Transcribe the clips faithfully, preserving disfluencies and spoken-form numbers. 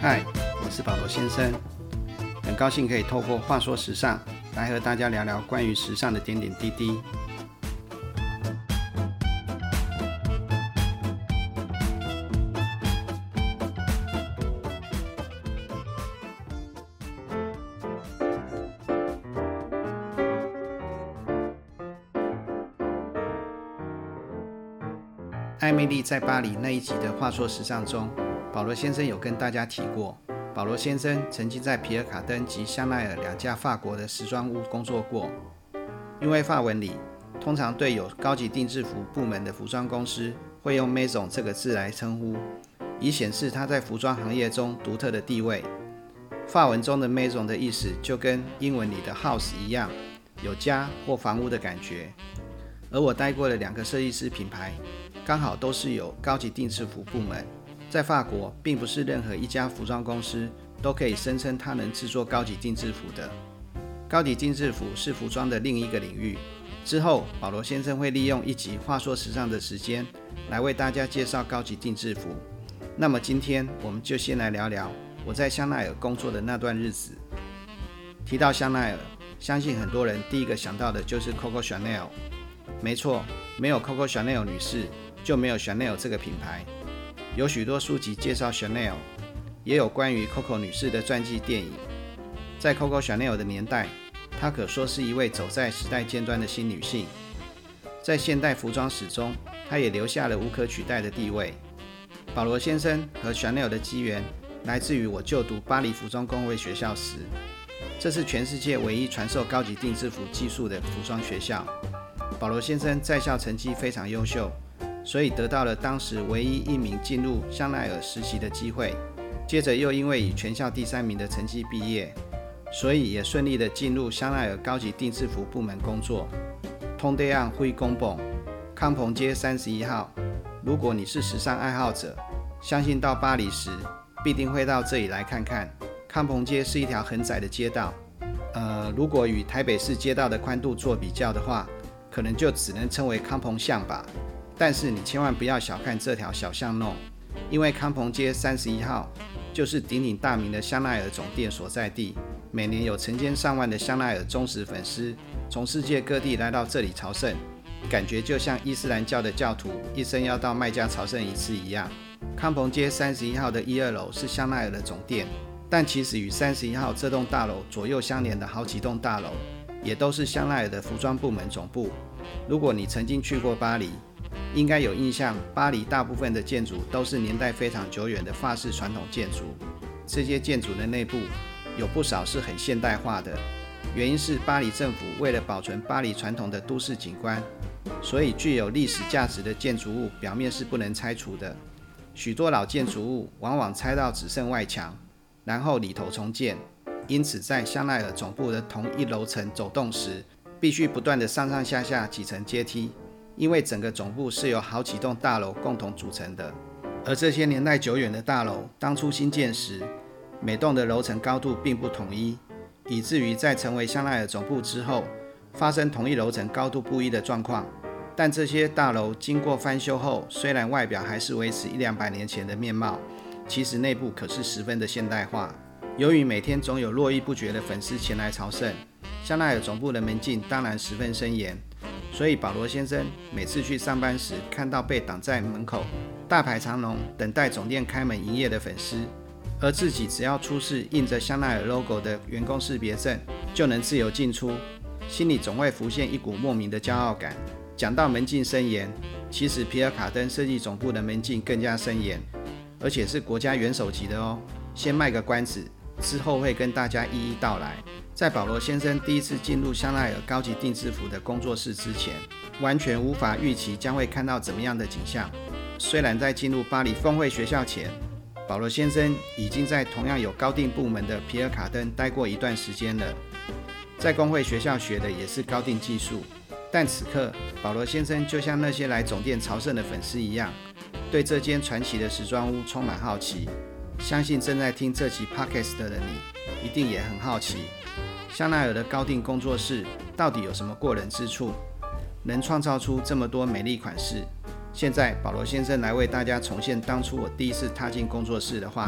嗨，我是保罗先生，很高兴可以透过话说时尚来和大家聊聊关于时尚的点点滴滴。艾蜜莉在巴黎那一集的话说时尚中，保罗先生有跟大家提过，保罗先生曾经在皮尔卡登及香奈儿两家法国的时装屋工作过。因为法文里通常对有高级定制服部门的服装公司会用 Maison 这个字来称呼，以显示他在服装行业中独特的地位。法文中的 Maison 的意思就跟英文里的 house 一样，有家或房屋的感觉。而我待过的两个设计师品牌刚好都是有高级定制服部门。在法国，并不是任何一家服装公司都可以声称它能制作高级定制服的。高级定制服是服装的另一个领域。之后，保罗先生会利用一集话说时尚的时间来为大家介绍高级定制服。那么今天我们就先来聊聊我在香奈儿工作的那段日子。提到香奈儿，相信很多人第一个想到的就是 Coco Chanel。没错，没有 Coco Chanel 女士，就没有 Chanel 这个品牌。有许多书籍介绍 Chanel， 也有关于 Coco 女士的传记电影。在 Coco Chanel 的年代，她可说是一位走在时代尖端的新女性。在现代服装史中，她也留下了无可取代的地位。保罗先生和 Chanel 的机缘来自于我就读巴黎服装工会学校时，这是全世界唯一传授高级定制服技术的服装学校。保罗先生在校成绩非常优秀，所以得到了当时唯一一名进入香奈儿实习的机会。接着又因为以全校第三名的成绩毕业，所以也顺利的进入香奈儿高级定制服部门工作。通地岸灰公蹦，康朋街三十一号。如果你是时尚爱好者，相信到巴黎时必定会到这里来看看。康朋街是一条很窄的街道，呃，如果与台北市街道的宽度做比较的话，可能就只能称为康朋巷吧。但是你千万不要小看这条小巷弄，因为康朋街三十一号就是鼎鼎大名的香奈儿总店所在地。每年有成千上万的香奈儿忠实粉丝从世界各地来到这里朝圣，感觉就像伊斯兰教的教徒一生要到麦加朝圣一次一样。康朋街三十一号的一二楼是香奈儿的总店，但其实与三十一号这栋大楼左右相连的好几栋大楼也都是香奈儿的服装部门总部。如果你曾经去过巴黎，应该有印象，巴黎大部分的建筑都是年代非常久远的法式传统建筑。这些建筑的内部有不少是很现代化的，原因是巴黎政府为了保存巴黎传统的都市景观，所以具有历史价值的建筑物表面是不能拆除的。许多老建筑物往往拆到只剩外墙，然后里头重建。因此在香奈儿总部的同一楼层走动时，必须不断的上上下下几层阶梯，因为整个总部是由好几栋大楼共同组成的。而这些年代久远的大楼当初新建时，每栋的楼层高度并不统一，以至于在成为香奈儿总部之后，发生同一楼层高度不一的状况。但这些大楼经过翻修后，虽然外表还是维持一两百年前的面貌，其实内部可是十分的现代化。由于每天总有络绎不绝的粉丝前来朝圣，香奈儿总部的门禁当然十分森严，所以保罗先生每次去上班时，看到被挡在门口大排长龙等待总店开门营业的粉丝，而自己只要出示印着香奈儿 logo 的员工识别证就能自由进出，心里总会浮现一股莫名的骄傲感。讲到门禁森严，其实皮尔卡登设计总部的门禁更加森严，而且是国家元首级的哦。先卖个关子，之后会跟大家一一道来。在保罗先生第一次进入香奈儿高级定制服的工作室之前，完全无法预期将会看到怎么样的景象。虽然在进入巴黎工会学校前，保罗先生已经在同样有高定部门的皮尔卡登待过一段时间了，在工会学校学的也是高定技术。但此刻，保罗先生就像那些来总店朝圣的粉丝一样，对这间传奇的时装屋充满好奇。相信正在听这期 Podcast 的你，一定也很好奇，香奈儿的高定工作室到底有什么过人之处，能创造出这么多美丽款式。现在保罗先生来为大家重现当初我第一次踏进工作室的画面。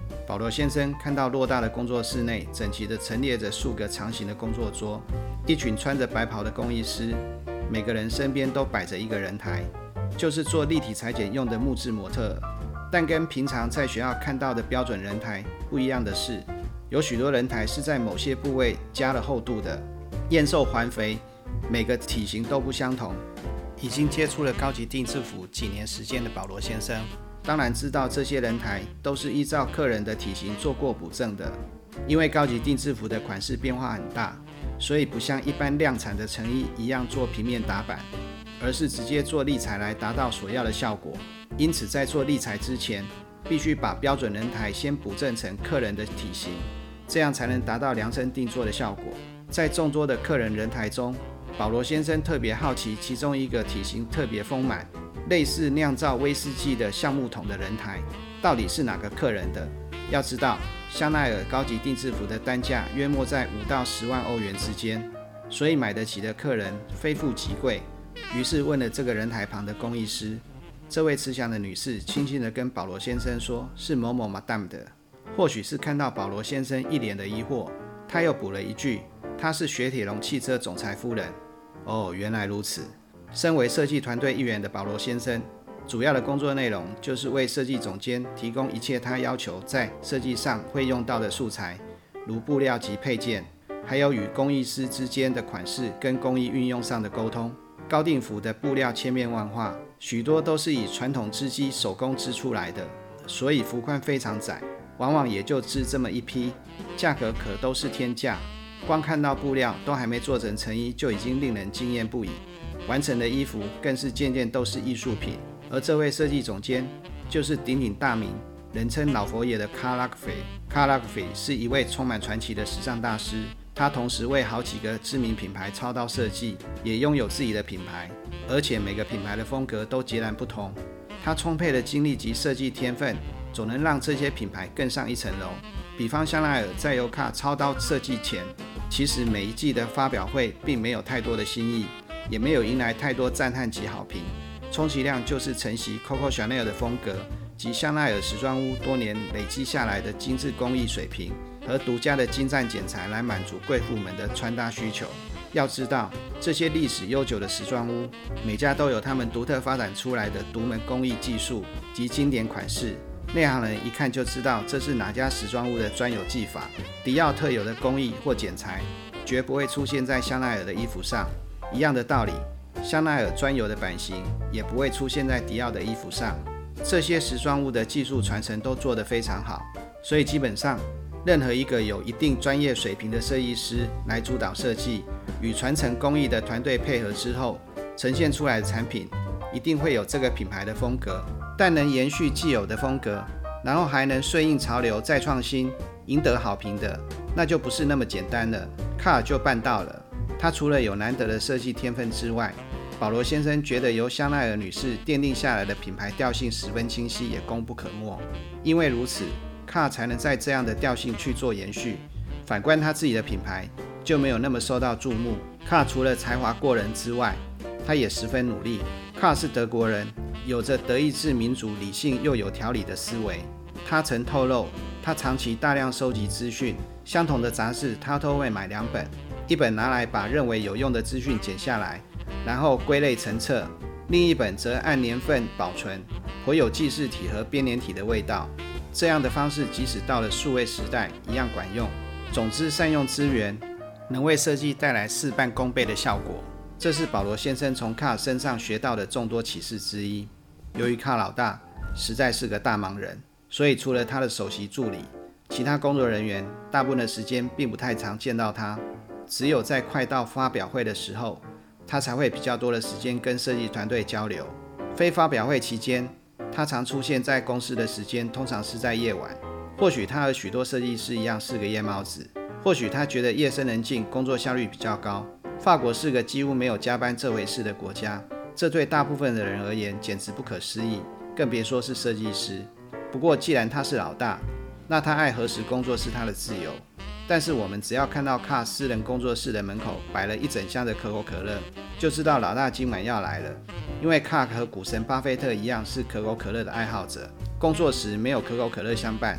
保罗先生看到偌大的工作室内整齐地陈列着数个长形的工作桌，一群穿着白袍的工艺师，每个人身边都摆着一个人台，就是做立体裁剪用的木质模特儿。但跟平常在学校看到的标准人台不一样的是，有许多人台是在某些部位加了厚度的，验收环肥，每个体型都不相同。已经接触了高级定制服几年时间的保罗先生，当然知道这些人台都是依照客人的体型做过补正的。因为高级定制服的款式变化很大，所以不像一般量产的成衣一样做平面打版，而是直接做立裁来达到所要的效果。因此在做立裁之前，必须把标准人台先补正成客人的体型，这样才能达到量身定做的效果。在众多的客人人台中，保罗先生特别好奇其中一个体型特别丰满，类似酿造威士忌的橡木桶的人台到底是哪个客人的。要知道香奈儿高级定制服的单价约莫在五到十万欧元之间，所以买得起的客人非富即贵。于是问了这个人台旁的工艺师，这位慈祥的女士轻轻地跟保罗先生说是某某 Madame 的。或许是看到保罗先生一脸的疑惑，他又补了一句，她是雪铁龙汽车总裁夫人。哦，原来如此。身为设计团队一员的保罗先生，主要的工作内容就是为设计总监提供一切他要求在设计上会用到的素材，如布料及配件，还有与工艺师之间的款式跟工艺运用上的沟通。高定服的布料千变万化，许多都是以传统织机手工织出来的，所以幅宽非常窄，往往也就织这么一批，价格可都是天价。光看到布料都还没做成成衣，就已经令人惊艳不已，完成的衣服更是件件都是艺术品。而这位设计总监就是鼎鼎大名，人称老佛爷的卡拉克菲。卡拉克菲是一位充满传奇的时尚大师，他同时为好几个知名品牌操刀设计，也拥有自己的品牌，而且每个品牌的风格都截然不同。他充沛的精力及设计天分，总能让这些品牌更上一层楼。比方香奈儿在由卡操刀设计前，其实每一季的发表会并没有太多的新意，也没有迎来太多赞叹及好评，充其量就是承袭 Coco Chanel 的风格及香奈儿时装屋多年累积下来的精致工艺水平和独家的精湛剪裁来满足贵妇们的穿搭需求。要知道，这些历史悠久的时装屋，每家都有他们独特发展出来的独门工艺技术及经典款式，内行人一看就知道这是哪家时装屋的专有技法。迪奥特有的工艺或剪裁，绝不会出现在香奈儿的衣服上。一样的道理，香奈儿专有的版型也不会出现在迪奥的衣服上。这些时装屋的技术传承都做得非常好，所以基本上任何一个有一定专业水平的设计师来主导设计，与传承工艺的团队配合之后，呈现出来的产品一定会有这个品牌的风格，但能延续既有的风格，然后还能顺应潮流再创新，赢得好评的，那就不是那么简单了。卡尔就办到了。他除了有难得的设计天分之外，保罗先生觉得由香奈儿女士奠定下来的品牌调性十分清晰，也功不可没。因为如此，卡尔才能在这样的调性去做延续。反观他自己的品牌，就没有那么受到注目。卡尔除了才华过人之外，他也十分努力。卡尔是德国人，有着德意志民主理性又有条理的思维。他曾透露，他长期大量收集资讯，相同的杂志他都会买两本，一本拿来把认为有用的资讯剪下来，然后归类成册，另一本则按年份保存，颇有记事体和编年体的味道。这样的方式即使到了数位时代一样管用。总之，善用资源能为设计带来事半功倍的效果，这是保罗先生从卡尔身上学到的众多启示之一。由于卡尔老大实在是个大忙人，所以除了他的首席助理，其他工作人员大部分的时间并不太常见到他，只有在快到发表会的时候，他才会比较多的时间跟设计团队交流。非发表会期间，他常出现在公司的时间通常是在夜晚。或许他和许多设计师一样是个夜猫子，或许他觉得夜深人静工作效率比较高。法国是个几乎没有加班这回事的国家，这对大部分的人而言简直不可思议，更别说是设计师。不过既然他是老大，那他爱何时工作是他的自由。但是我们只要看到卡私人工作室的门口摆了一整箱的可口可乐，就知道老大今晚要来了。因为卡和股神巴菲特一样是可口可乐的爱好者，工作时没有可口可乐相伴，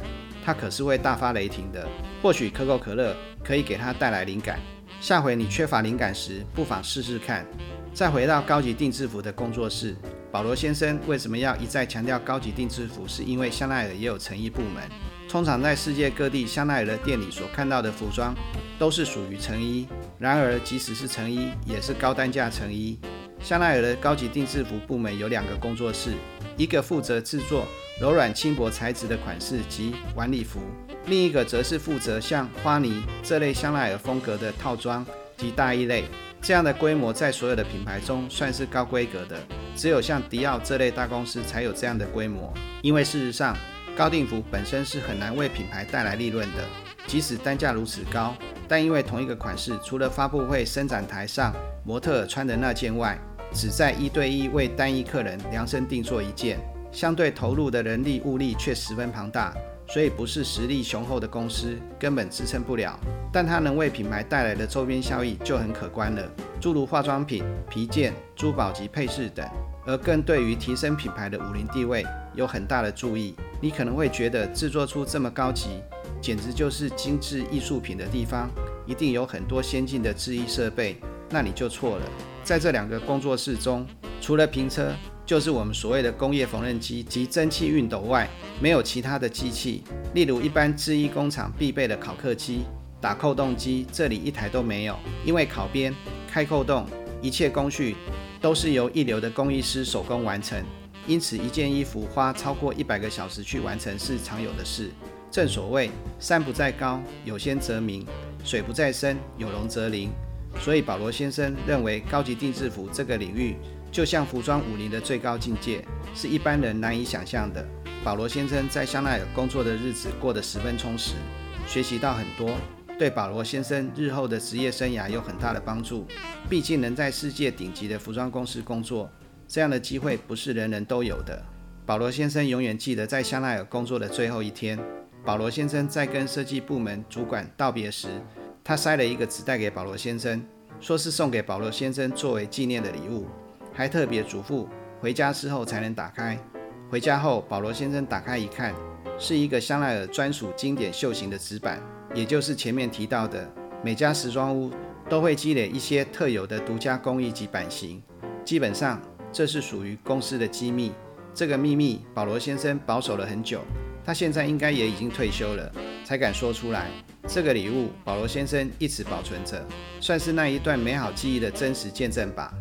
他可是会大发雷霆的。或许可口可乐可以给他带来灵感，下回你缺乏灵感时，不妨试试看。再回到高级定制服的工作室，保罗先生为什么要一再强调高级定制服？是因为香奈儿也有成衣部门。通常在世界各地香奈儿的店里所看到的服装都是属于成衣，然而即使是成衣，也是高单价成衣。香奈儿的高级定制服部门有两个工作室，一个负责制作柔软轻薄材质的款式及晚礼服，另一个则是负责像花呢这类香奈儿风格的套装及大衣类。这样的规模在所有的品牌中算是高规格的，只有像迪奥这类大公司才有这样的规模。因为事实上，高定服本身是很难为品牌带来利润的，即使单价如此高，但因为同一个款式，除了发布会伸展台上模特儿穿的那件外，只在一对一为单一客人量身定做一件，相对投入的人力物力却十分庞大，所以不是实力雄厚的公司根本支撑不了。但它能为品牌带来的周边效益就很可观了，诸如化妆品、皮件、珠宝及配饰等，而更对于提升品牌的武林地位有很大的注意。你可能会觉得制作出这么高级，简直就是精致艺术品的地方，一定有很多先进的制衣设备，那你就错了。在这两个工作室中，除了平车，就是我们所谓的工业缝纫机及蒸汽熨斗外，没有其他的机器，例如一般制衣工厂必备的烤刻机、打扣洞机，这里一台都没有。因为烤边、开扣洞，一切工序都是由一流的工艺师手工完成，因此一件衣服花超过一百个小时去完成是常有的事。正所谓山不在高，有仙则名；水不在深，有龙则灵。所以保罗先生认为高级定制服这个领域就像服装武林的最高境界，是一般人难以想象的。保罗先生在香奈儿工作的日子过得十分充实，学习到很多，对保罗先生日后的职业生涯有很大的帮助。毕竟能在世界顶级的服装公司工作，这样的机会不是人人都有的。保罗先生永远记得在香奈儿工作的最后一天，保罗先生在跟设计部门主管道别时，他塞了一个纸袋给保罗先生，说是送给保罗先生作为纪念的礼物，还特别嘱咐回家之后才能打开。回家后，保罗先生打开一看，是一个香奈儿专属经典袖型的纸板，也就是前面提到的，每家时装屋都会积累一些特有的独家工艺及版型，基本上这是属于公司的机密。这个秘密保罗先生保守了很久，他现在应该也已经退休了，才敢说出来。这个礼物保罗先生一直保存着，算是那一段美好记忆的真实见证吧。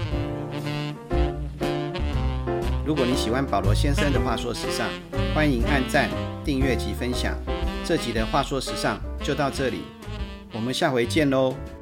如果你喜欢保罗先生的话说时尚，欢迎按赞、订阅及分享。这集的话说时尚就到这里，我们下回见喽。